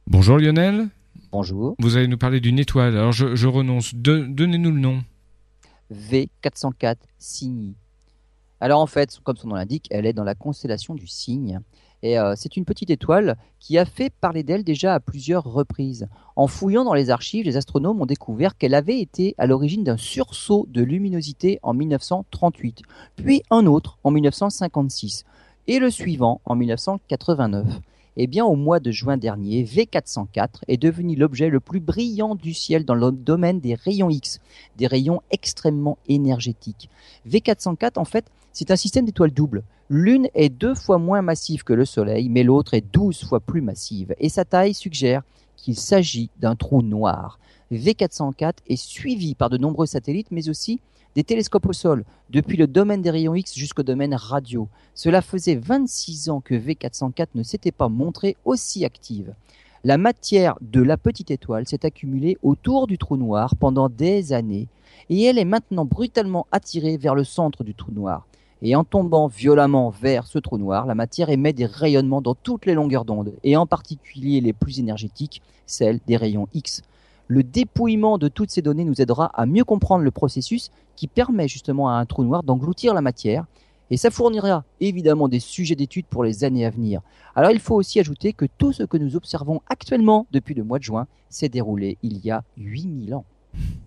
Bonjour Lionel, Bonjour. vous allez nous parler d'une étoile. Alors je renonce. Donnez-nous le nom. V404 Cygni. Alors en fait, comme son nom l'indique, elle est dans la constellation du Cygne. Et c'est une petite étoile qui a fait parler d'elle déjà à plusieurs reprises. En fouillant dans les archives, les astronomes ont découvert qu'elle avait été à l'origine d'un sursaut de luminosité en 1938, puis un autre en 1956, et le suivant en 1989. Eh bien, au mois de juin dernier, V404 est devenu l'objet le plus brillant du ciel dans le domaine des rayons X, des rayons extrêmement énergétiques. V404, en fait, c'est un système d'étoiles doubles. L'une est 2 fois moins massive que le Soleil, mais l'autre est 12 fois plus massive, et sa taille suggère qu'il s'agit d'un trou noir. V404 est suivi par de nombreux satellites, mais aussi des télescopes au sol, depuis le domaine des rayons X jusqu'au domaine radio. Cela faisait 26 ans que V404 ne s'était pas montrée aussi active. La matière de la petite étoile s'est accumulée autour du trou noir pendant des années, et elle est maintenant brutalement attirée vers le centre du trou noir. Et en tombant violemment vers ce trou noir, la matière émet des rayonnements dans toutes les longueurs d'onde, et en particulier les plus énergétiques, celles des rayons X. Le dépouillement de toutes ces données nous aidera à mieux comprendre le processus qui permet justement à un trou noir d'engloutir la matière, et ça fournira évidemment des sujets d'étude pour les années à venir. Alors il faut aussi ajouter que tout ce que nous observons actuellement depuis le mois de juin s'est déroulé il y a 8000 ans.